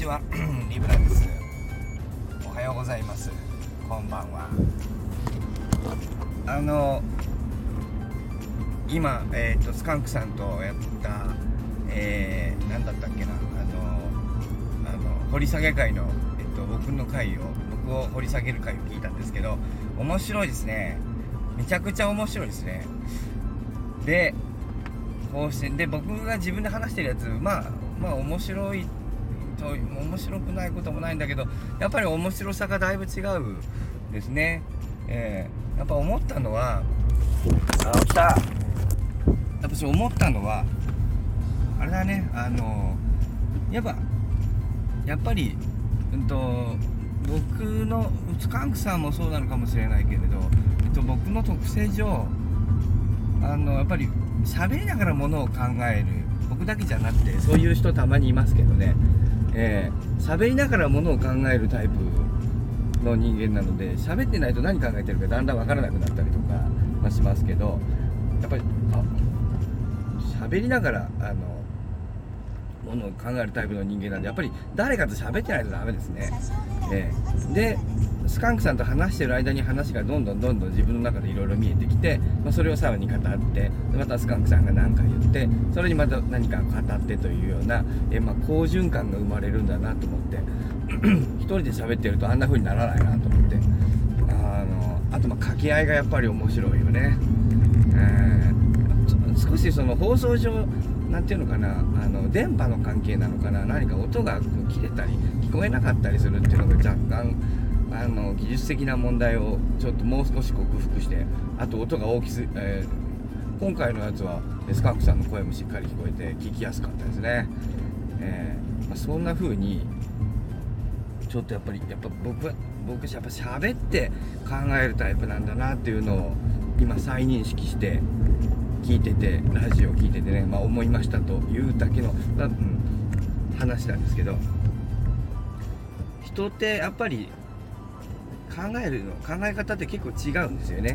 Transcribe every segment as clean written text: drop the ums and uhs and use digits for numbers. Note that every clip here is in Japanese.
ちはリブラです。おはようございます。こんばんは。今スカンクさんとやった何だったっけな、掘り下げ会の僕を掘り下げる会を聞いたんですけど、面白いですね。めちゃくちゃ面白いですね。でこうしてで僕が自分で話してるやつ、まあ面白いと面白くないこともないんだけど、やっぱり面白さがだいぶ違うですね。やっぱ思ったのは私思ったのはあれだね、やっぱり僕のスカンクさんもそうなのかもしれないけれど、僕の特性上やっぱり喋りながらものを考える、僕だけじゃなくてそういう人たまにいますけどね、喋りながらものを考えるタイプの人間なので、喋ってないと何考えてるかだんだん分からなくなったりとかしますけど、やっぱり喋りながらものを考えるタイプの人間なんで、やっぱり誰かと喋ってないとダメですね。でスカンクさんと話してる間に話がどんどん自分の中でいろいろ見えてきて、それをさらに語って、またスカンクさんが何か言って、それにまた何か語ってというような、好循環が生まれるんだなと思って一人で喋ってるとあんな風にならないなと思って、あと掛け合いがやっぱり面白いよね。少しその放送上なんていうのかな、電波の関係なのかな、何か音が切れたり聞こえなかったりするっていうのが若干技術的な問題をちょっともう少し克服して、あと音が大きす、今回のやつはスカンクさんの声もしっかり聞こえて聞きやすかったですね。そんな風にちょっとやっぱ僕やっぱ喋って考えるタイプなんだなっていうのを今再認識して聞いてて、ラジオ聞いててね、思いましたというだけの、話なんですけど、人ってやっぱり考え方って結構違うんですよね。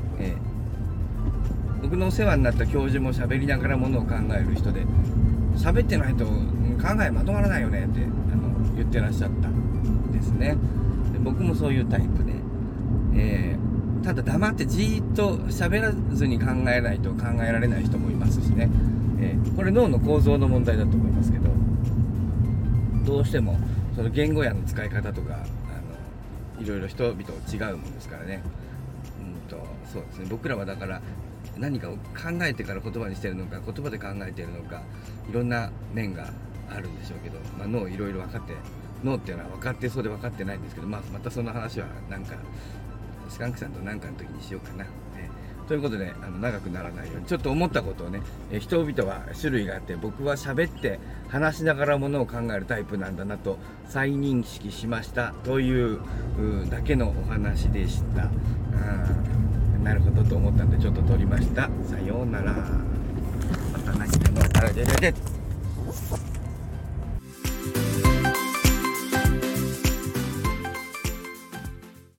僕のお世話になった教授も喋りながらものを考える人で、喋ってないと考えまとまらないよねって言ってらっしゃったんですね。で僕もそういうタイプで、ただ黙ってじーっと喋らずに考えないと考えられない人もいますしね。これ脳の構造の問題だと思いますけど、どうしてもその言語やの使い方とかいろいろ人々違うもんですからね。そうですね。僕らはだから何かを考えてから言葉にしてるのか、言葉で考えてるのか、いろんな面があるんでしょうけど、脳いろいろ分かって、脳っていうのは分かってそうで分かってないんですけど、またその話はなんかスカンクさんと何かの時にしようかな。ということで長くならないようにちょっと思ったことをね、人々は種類があって、僕は喋って話しながらものを考えるタイプなんだなと再認識しましたというだけのお話でした。なるほどと思ったんでちょっと撮りました。さようなら。また何かのあれで